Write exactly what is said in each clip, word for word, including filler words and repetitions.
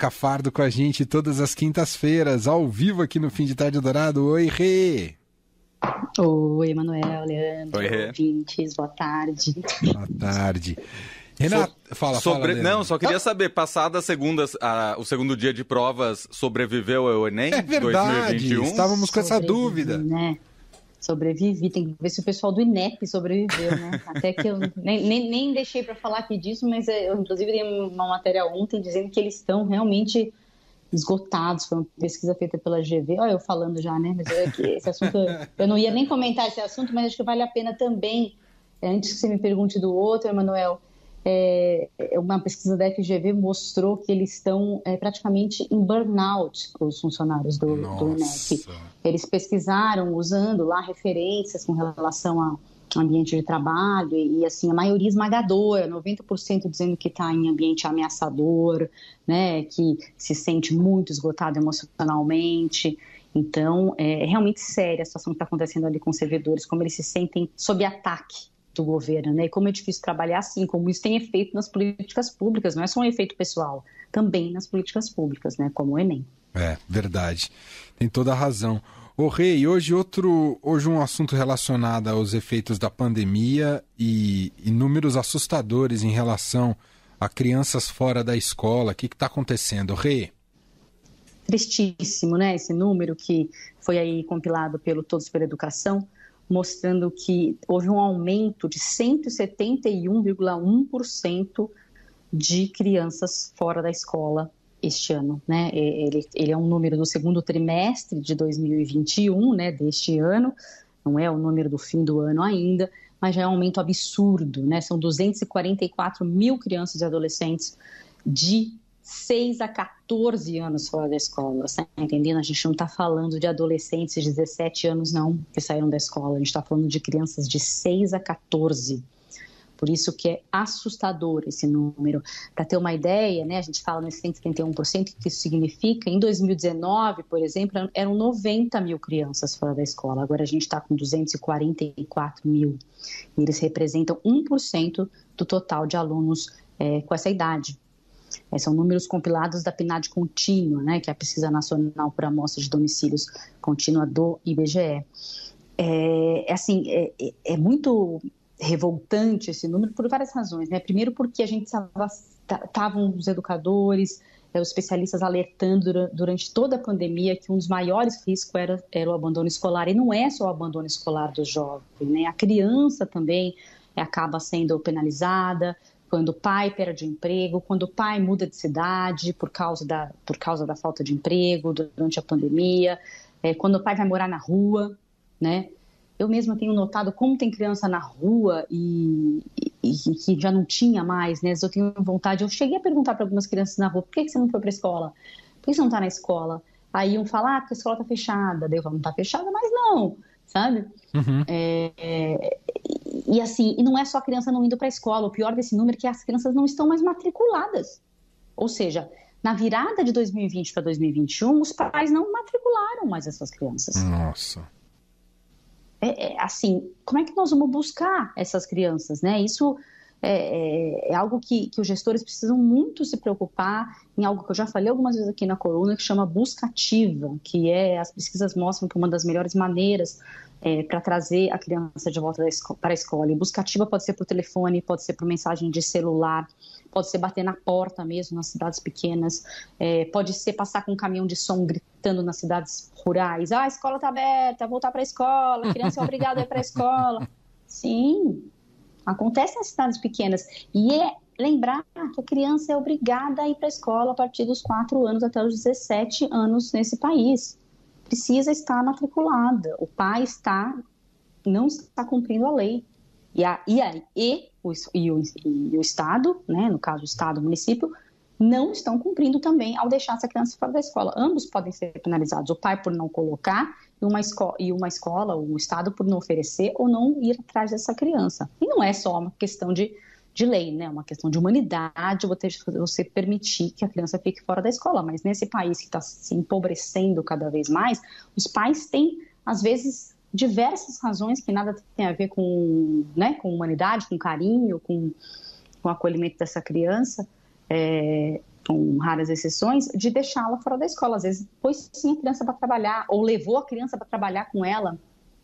Cafardo com a gente todas as quintas-feiras, ao vivo aqui no Fim de Tarde Dourado. Oi, Rê! Oi, Emanuel, Leandro, Oi, Rê. ouvintes, boa tarde. Boa tarde. Renato, so, fala, sobre, fala. Não, só queria saber, passada a segunda, a, o segundo dia de provas, sobreviveu ao Enem é verdade, dois mil e vinte e um? Estávamos com essa dúvida. Né? Sobrevivi, tem que ver se o pessoal do I N E P sobreviveu, né? Até que eu nem, nem, nem deixei para falar aqui disso, mas eu inclusive dei uma matéria ontem dizendo que eles estão realmente esgotados. Foi uma pesquisa feita pela G V. Olha eu falando já, né? Mas eu, esse assunto, eu não ia nem comentar esse assunto, mas acho que vale a pena também, antes que você me pergunte do outro, Emanuel, é, uma pesquisa da F G V mostrou que eles estão é, praticamente em burnout, os funcionários do, do I N E P. Eles pesquisaram usando lá referências com relação a ambiente de trabalho e, e assim, a maioria esmagadora, noventa por cento dizendo que está em ambiente ameaçador, né, que se sente muito esgotado emocionalmente. Então, é realmente séria a situação que está acontecendo ali com os servidores, como eles se sentem sob ataque do governo, né? E como é difícil trabalhar assim, como isso tem efeito nas políticas públicas, não é só um efeito pessoal, também nas políticas públicas, né? Como o Enem. É, verdade. Tem toda a razão. Ô Rei, hoje outro, hoje um assunto relacionado aos efeitos da pandemia e, e números assustadores em relação a crianças fora da escola. O que está acontecendo, Rei? Tristíssimo, né? Esse número que foi aí compilado pelo Todos pela Educação, mostrando que houve um aumento de cento e setenta e um vírgula um por cento de crianças fora da escola este ano, né? Ele, ele é um número do segundo trimestre de dois mil e vinte e um, né, deste ano, não é o número do fim do ano ainda, mas já é um aumento absurdo, né? São duzentos e quarenta e quatro mil crianças e adolescentes de seis a quatorze anos fora da escola, você tá entendendo? A gente não está falando de adolescentes de dezessete anos, não, que saíram da escola, a gente está falando de crianças de seis a quatorze. Por isso que é assustador esse número. Para ter uma ideia, né, a gente fala nesse cento e setenta e um por cento, o que isso significa? Em dois mil e dezenove, por exemplo, eram noventa mil crianças fora da escola, agora a gente está com duzentos e quarenta e quatro mil. E eles representam um por cento do total de alunos é, com essa idade. É, são números compilados da PNAD contínua, né, que é a Pesquisa Nacional por Amostra de Domicílios Contínua do I B G E. É, é, assim, é, é muito revoltante esse número por várias razões, né? Primeiro porque a gente estavam os educadores, os especialistas alertando durante toda a pandemia que um dos maiores riscos era, era o abandono escolar, e não é só o abandono escolar do jovem, né? A criança também acaba sendo penalizada quando o pai perde o emprego, quando o pai muda de cidade por causa da, por causa da falta de emprego durante a pandemia, é, quando o pai vai morar na rua, né? Eu mesma tenho notado como tem criança na rua e, e, e que já não tinha mais, né? Eu tenho vontade, eu cheguei a perguntar para algumas crianças na rua, por que, que você não foi para a escola? Por que você não está na escola? Aí um fala, ah, porque a escola está fechada. Daí eu falo, não está fechada, mas não, sabe? Uhum. É, é, e assim, e não é só a criança não indo para a escola, o pior desse número é que as crianças não estão mais matriculadas. Ou seja, na virada de dois mil e vinte para dois mil e vinte e um, os pais não matricularam mais essas crianças. Nossa. É, é, assim, como é que nós vamos buscar essas crianças, né? Isso é, é, é algo que, que os gestores precisam muito se preocupar, em algo que eu já falei algumas vezes aqui na coluna, que chama busca ativa, que é, as pesquisas mostram que uma das melhores maneiras é, para trazer a criança de volta da esco- para a escola. E busca ativa pode ser por telefone, pode ser por mensagem de celular, pode ser bater na porta mesmo, nas cidades pequenas, é, pode ser passar com um caminhão de som gritando nas cidades rurais, ah, a escola está aberta, voltar para a escola, a criança é obrigada a ir para a escola. Sim, acontece nas cidades pequenas. E é lembrar que a criança é obrigada a ir para a escola a partir dos quatro anos até os dezessete anos nesse país. Precisa estar matriculada. O pai está, não está cumprindo a lei. E, a, e, a, e, o, e, o, e o Estado, né, no caso o Estado e o município, não estão cumprindo também ao deixar essa criança fora da escola. Ambos podem ser penalizados, o pai por não colocar e uma, esco- e uma escola, o Estado por não oferecer ou não ir atrás dessa criança. E não é só uma questão de, de lei, né? É uma questão de humanidade você permitir que a criança fique fora da escola. Mas nesse país que está se empobrecendo cada vez mais, os pais têm, às vezes, diversas razões que nada tem a ver com, né, com humanidade, com carinho, com, com o acolhimento dessa criança, é, com raras exceções, de deixá-la fora da escola. Às vezes pôs sim a criança para trabalhar, ou levou a criança para trabalhar com ela,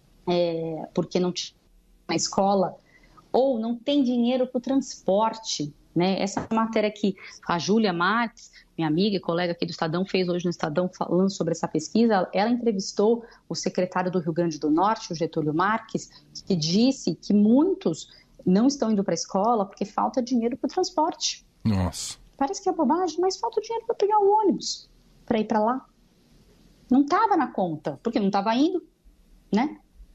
é, porque não tinha na escola, ou não tem dinheiro para o transporte. Né? Essa matéria que a Júlia Marques, minha amiga e colega aqui do Estadão, fez hoje no Estadão falando sobre essa pesquisa, ela entrevistou o secretário do Rio Grande do Norte, o Getúlio Marques, que disse que muitos não estão indo para a escola porque falta dinheiro para o transporte. Nossa. Parece que é bobagem, mas falta dinheiro para pegar o ônibus, para ir para lá. Não estava na conta, porque não estava indo, né?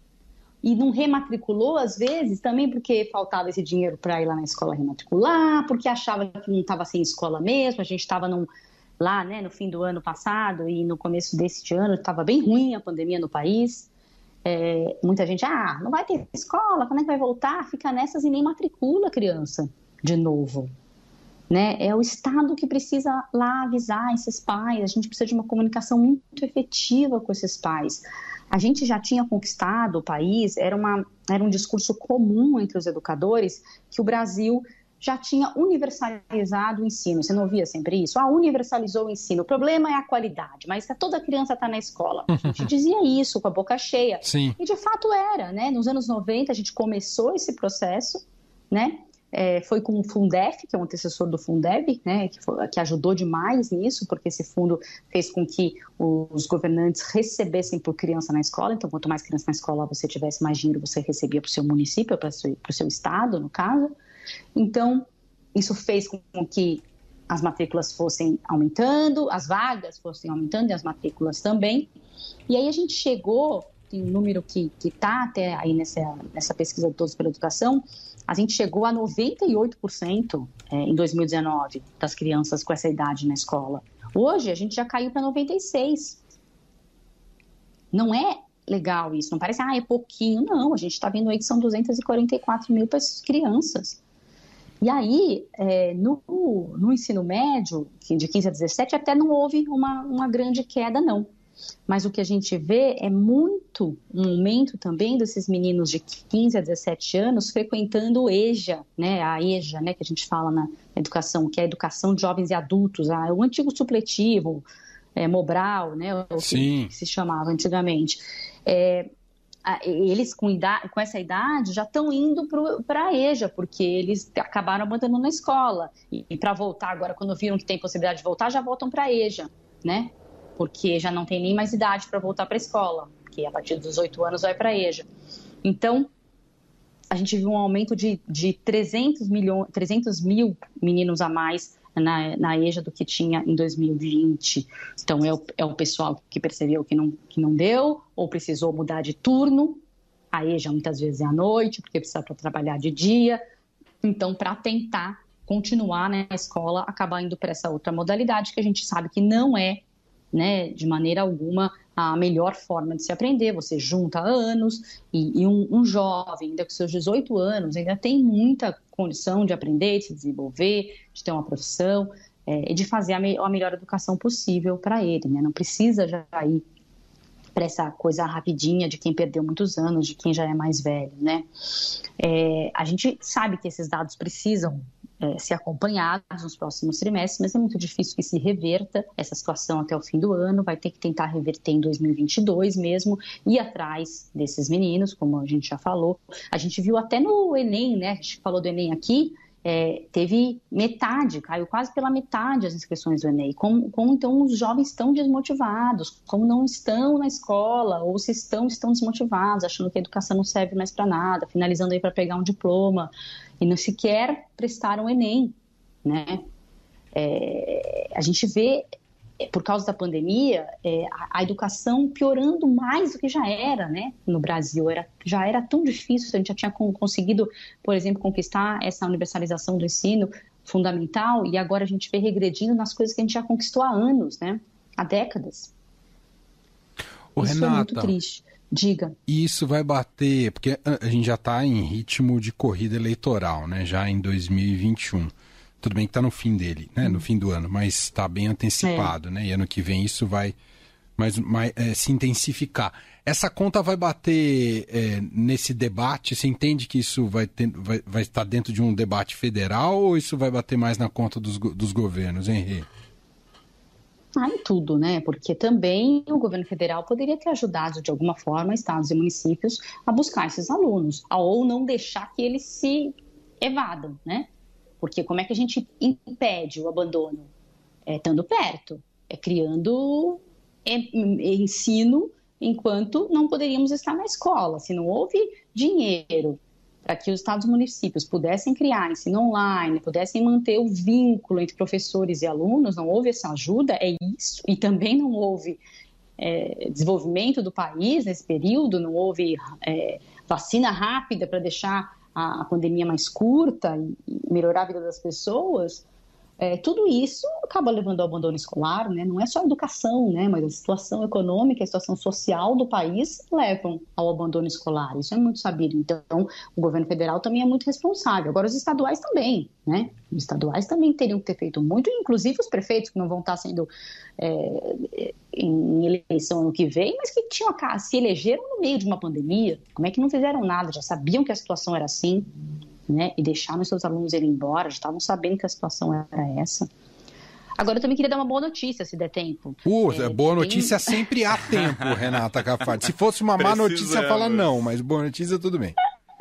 E não rematriculou, às vezes, também porque faltava esse dinheiro para ir lá na escola rematricular, porque achava que não estava sem escola mesmo, a gente estava lá, né, no fim do ano passado e no começo deste ano, estava bem ruim a pandemia no país. É, muita gente, ah, não vai ter escola, quando é que vai voltar? Fica nessas e nem matricula a criança de novo. Né? É o Estado que precisa lá avisar esses pais, a gente precisa de uma comunicação muito efetiva com esses pais. A gente já tinha conquistado o país, era, uma, era um discurso comum entre os educadores que o Brasil já tinha universalizado o ensino. Você não ouvia sempre isso? Ah, universalizou o ensino. O problema é a qualidade, mas toda criança está na escola. A gente dizia isso com a boca cheia. Sim. E de fato era, né? Nos anos noventa a gente começou esse processo, né? É, foi com o Fundef, que é o antecessor do Fundeb, né, que, foi, que ajudou demais nisso, porque esse fundo fez com que os governantes recebessem por criança na escola. Então, quanto mais criança na escola você tivesse, mais dinheiro você recebia para o seu município, para o seu, seu estado, no caso. Então, isso fez com que as matrículas fossem aumentando, as vagas fossem aumentando e as matrículas também. E aí a gente chegou, tem um número que está até aí nessa, nessa pesquisa de Todos pela Educação, a gente chegou a noventa e oito por cento é, em dois mil e dezenove das crianças com essa idade na escola. Hoje, a gente já caiu para noventa e seis por cento. Não é legal isso, não parece, ah, é pouquinho. Não, a gente está vendo aí que são duzentos e quarenta e quatro mil crianças. E aí, é, no, no ensino médio, de quinze a dezessete, até não houve uma, uma grande queda, não. Mas o que a gente vê é muito um aumento também desses meninos de quinze a dezessete anos frequentando o EJA, né, a EJA, né, que a gente fala na educação, que é a educação de jovens e adultos, a, o antigo supletivo, é, Mobral, né, o que, que se chamava antigamente. É, a, eles com, idade, com essa idade já estão indo para a EJA, porque eles acabaram abandonando a escola. E, e para voltar agora, quando viram que tem possibilidade de voltar, já voltam para a EJA, né? Porque já não tem nem mais idade para voltar para a escola, porque a partir dos oito anos vai para a EJA. Então, a gente viu um aumento de, de trezentos mil meninos a mais na, na EJA do que tinha em dois mil e vinte. Então, é o, é o pessoal que percebeu que não, que não deu, ou precisou mudar de turno. A EJA muitas vezes é à noite, porque precisa para trabalhar de dia. Então, para tentar continuar na escola, acabar indo para essa outra modalidade, que a gente sabe que não é, né, de maneira alguma, a melhor forma de se aprender. Você junta anos e, e um, um jovem, ainda com seus dezoito anos, ainda tem muita condição de aprender, de se desenvolver, de ter uma profissão, é, e de fazer a, me, a melhor educação possível para ele, né? Não precisa já ir para essa coisa rapidinha de quem perdeu muitos anos, de quem já é mais velho, né? É, a gente sabe que esses dados precisam É, ser acompanhados nos próximos trimestres, mas é muito difícil que se reverta essa situação até o fim do ano, vai ter que tentar reverter em dois mil e vinte e dois mesmo, ir atrás desses meninos, como a gente já falou. A gente viu até no Enem, né, a gente falou do Enem aqui, é, teve metade, caiu quase pela metade as inscrições do Enem. Como, como então os jovens estão desmotivados, como não estão na escola, ou se estão, estão desmotivados, achando que a educação não serve mais para nada, finalizando aí para pegar um diploma, e não sequer prestaram o Enem, né? É, a gente vê, por causa da pandemia, é, a, a educação piorando mais do que já era, né? No Brasil, era, já era tão difícil, a gente já tinha conseguido, por exemplo, conquistar essa universalização do ensino fundamental, e agora a gente vê regredindo nas coisas que a gente já conquistou há anos, né? Há décadas. Ô, Isso Renata, é muito triste. Diga. E isso vai bater, porque a gente já está em ritmo de corrida eleitoral, né? Já em dois mil e vinte e um. Tudo bem que está no fim dele, né? No fim do ano, mas está bem antecipado, é. né? E ano que vem isso vai, mas, mas é, se intensificar. Essa conta vai bater é, nesse debate? Você entende que isso vai, ter, vai, vai estar dentro de um debate federal ou isso vai bater mais na conta dos, dos governos, Henri? Ah, em tudo, né? Porque também o governo federal poderia ter ajudado de alguma forma estados e municípios a buscar esses alunos, ou não deixar que eles se evadam, né? Porque como é que a gente impede o abandono? É estando perto, é criando ensino enquanto não poderíamos estar na escola. Se não houve dinheiro para que os estados e municípios pudessem criar ensino online, pudessem manter o vínculo entre professores e alunos, não houve essa ajuda, é isso. E também não houve é, desenvolvimento do país nesse período, não houve é, vacina rápida para deixar a, a pandemia mais curta e, e melhorar a vida das pessoas. É, tudo isso acaba levando ao abandono escolar, né? Não é só a educação, né? Mas a situação econômica, a situação social do país levam ao abandono escolar. Isso é muito sabido. Então, o governo federal também é muito responsável. Agora, os estaduais também, né? Os estaduais também teriam que ter feito muito, inclusive os prefeitos que não vão estar sendo é, em eleição ano que vem, mas que tinham, se elegeram no meio de uma pandemia. Como é que não fizeram nada? Já sabiam que a situação era assim. Né, e deixaram seus alunos irem embora, já estavam sabendo que a situação era essa. Agora, eu também queria dar uma boa notícia, se der tempo. Uh, é, boa notícia tem... sempre há tempo, Renata Cafardo. Se fosse uma má notícia, fala não, mas boa notícia, tudo bem.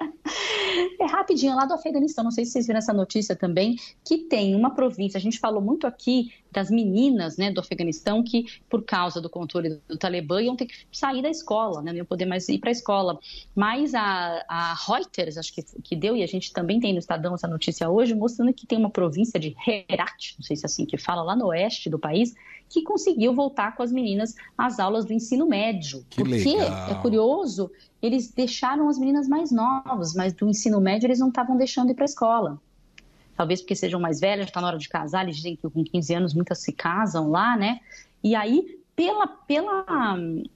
É rapidinho, lá do Afeganistão, não sei se vocês viram essa notícia também, que tem uma província, a gente falou muito aqui das meninas, né, do Afeganistão, que por causa do controle do Talibã iam ter que sair da escola, né, não iam poder mais ir para a escola. Mas a, a Reuters, acho que, que deu, e a gente também tem no Estadão essa notícia hoje, mostrando que tem uma província de Herat, não sei se é assim que fala, lá no oeste do país, que conseguiu voltar com as meninas às aulas do ensino médio. Que Porque legal. É curioso, eles deixaram as meninas mais novas, mas do ensino médio eles não estavam deixando ir para a escola. Talvez porque sejam mais velhas, já está na hora de casar, eles dizem que com quinze anos muitas se casam lá, né? E aí, pela, pela,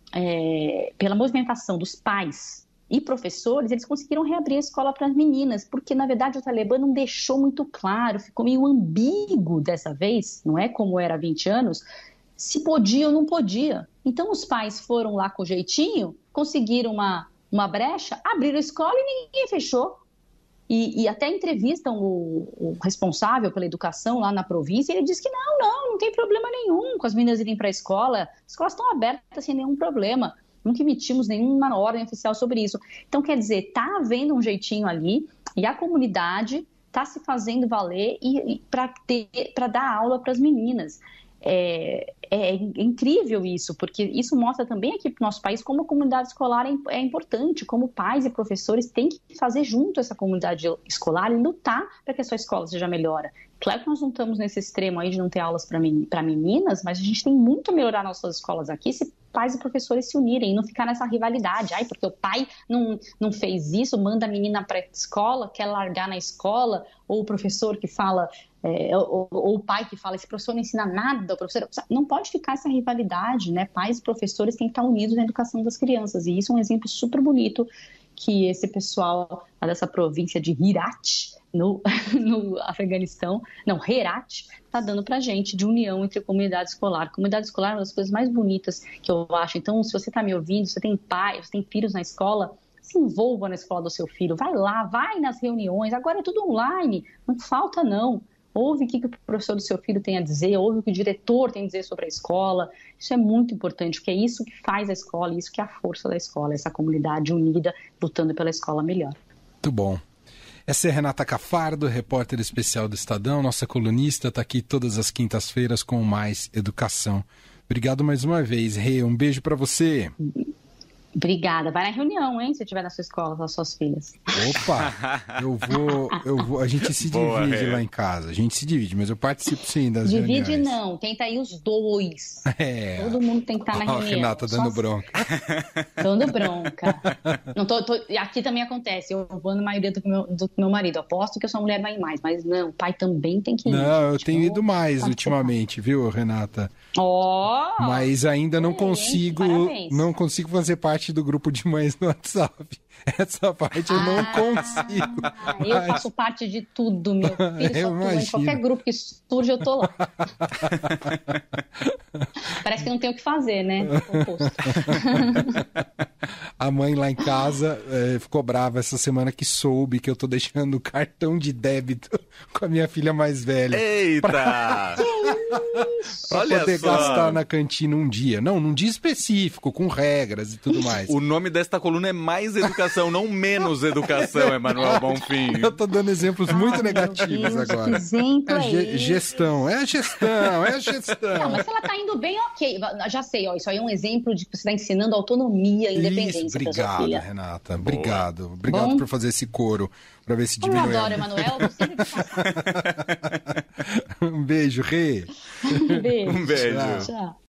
é, pela movimentação dos pais e professores, eles conseguiram reabrir a escola para as meninas, porque, na verdade, o Talibã não deixou muito claro, ficou meio ambíguo dessa vez, não é como era há vinte anos, se podia ou não podia. Então, os pais foram lá com jeitinho, conseguiram uma, uma brecha, abriram a escola e ninguém fechou. E, e até entrevistam o, o responsável pela educação lá na província, e ele diz que não, não, não tem problema nenhum com as meninas irem para a escola, as escolas estão abertas sem nenhum problema. Nunca emitimos nenhuma ordem oficial sobre isso. Então, quer dizer, está havendo um jeitinho ali e a comunidade está se fazendo valer e, e para dar aula para as meninas. É, é incrível isso, porque isso mostra também aqui para o nosso país como a comunidade escolar é, é importante, como pais e professores têm que fazer junto essa comunidade escolar e lutar para que a sua escola seja melhor. Claro que nós não estamos nesse extremo aí de não ter aulas para meninas, mas a gente tem muito a melhorar nossas escolas aqui se pais e professores se unirem e não ficar nessa rivalidade. Ai, porque o pai não, não fez isso, manda a menina para a escola, quer largar na escola, ou o professor que fala, é, ou, ou o pai que fala, esse professor não ensina nada, o professor... Não pode ficar essa rivalidade, né? Pais e professores têm que estar unidos na educação das crianças, e isso é um exemplo super bonito que esse pessoal dessa província de Herat, no, no Afeganistão, não, Herat, está dando para a gente de união entre a comunidade escolar. Comunidade escolar é uma das coisas mais bonitas que eu acho. Então, se você está me ouvindo, você tem pai, você tem filhos na escola, se envolva na escola do seu filho, vai lá, vai nas reuniões, agora é tudo online, não falta não. Ouve o que o professor do seu filho tem a dizer, ouve o que o diretor tem a dizer sobre a escola. Isso é muito importante, porque é isso que faz a escola, isso que é a força da escola, essa comunidade unida lutando pela escola melhor. Muito bom. Essa é Renata Cafardo, repórter especial do Estadão, nossa colunista, está aqui todas as quintas-feiras com mais educação. Obrigado mais uma vez, Rê, um beijo para você. Obrigada. Vai na reunião, hein, se estiver na sua escola com as suas filhas. Opa, eu vou, eu vou, a gente se Boa, divide é. lá em casa, a gente se divide, mas eu participo sim das divide reuniões. Divide não, tenta aí os dois. É. Todo mundo tem que estar na oh, reunião. Renata dando bronca. Dando bronca. Não tô, tô, aqui também acontece, eu vou na maioria do meu, do meu marido, eu aposto que a sua mulher vai mais, mas não, o pai também tem que ir. Não, eu tipo, tenho ido mais ultimamente, viu, Renata? Ó! Oh, mas ainda não consigo, parabéns. não consigo fazer parte parte do grupo de mães no WhatsApp. Essa parte eu não Ah, consigo. Eu Mas- faço parte de tudo, meu filho. Eu Só tua, em imagino. qualquer grupo que surge, eu tô lá. Parece que não tem o que fazer, né? Oposto. A mãe lá em casa eh, ficou brava essa semana que soube que eu tô deixando o cartão de débito com a minha filha mais velha. Eita! Pra Olha poder só. gastar na cantina um dia. Não, num dia específico, com regras e tudo mais. O nome desta coluna é Mais Educação, não Menos Educação, Emanuel Bonfim. Eu tô dando exemplos muito Ai, negativos meu Deus, agora. Que exemplo É é ge- esse? gestão, é a gestão, é a Não, gestão. mas se ela tá indo bem, ok. Já sei, ó, isso aí é um exemplo de que você está ensinando autonomia e independência Isso, para sua obrigado, filha. Renata. Obrigado. Obrigado Bom? por fazer esse coro, pra ver se Como eu diminui. adoro, a- Emanuel, vou sempre te passar. Um beijo, Rê. Beijo. Um beijo. Tchau. Tchau.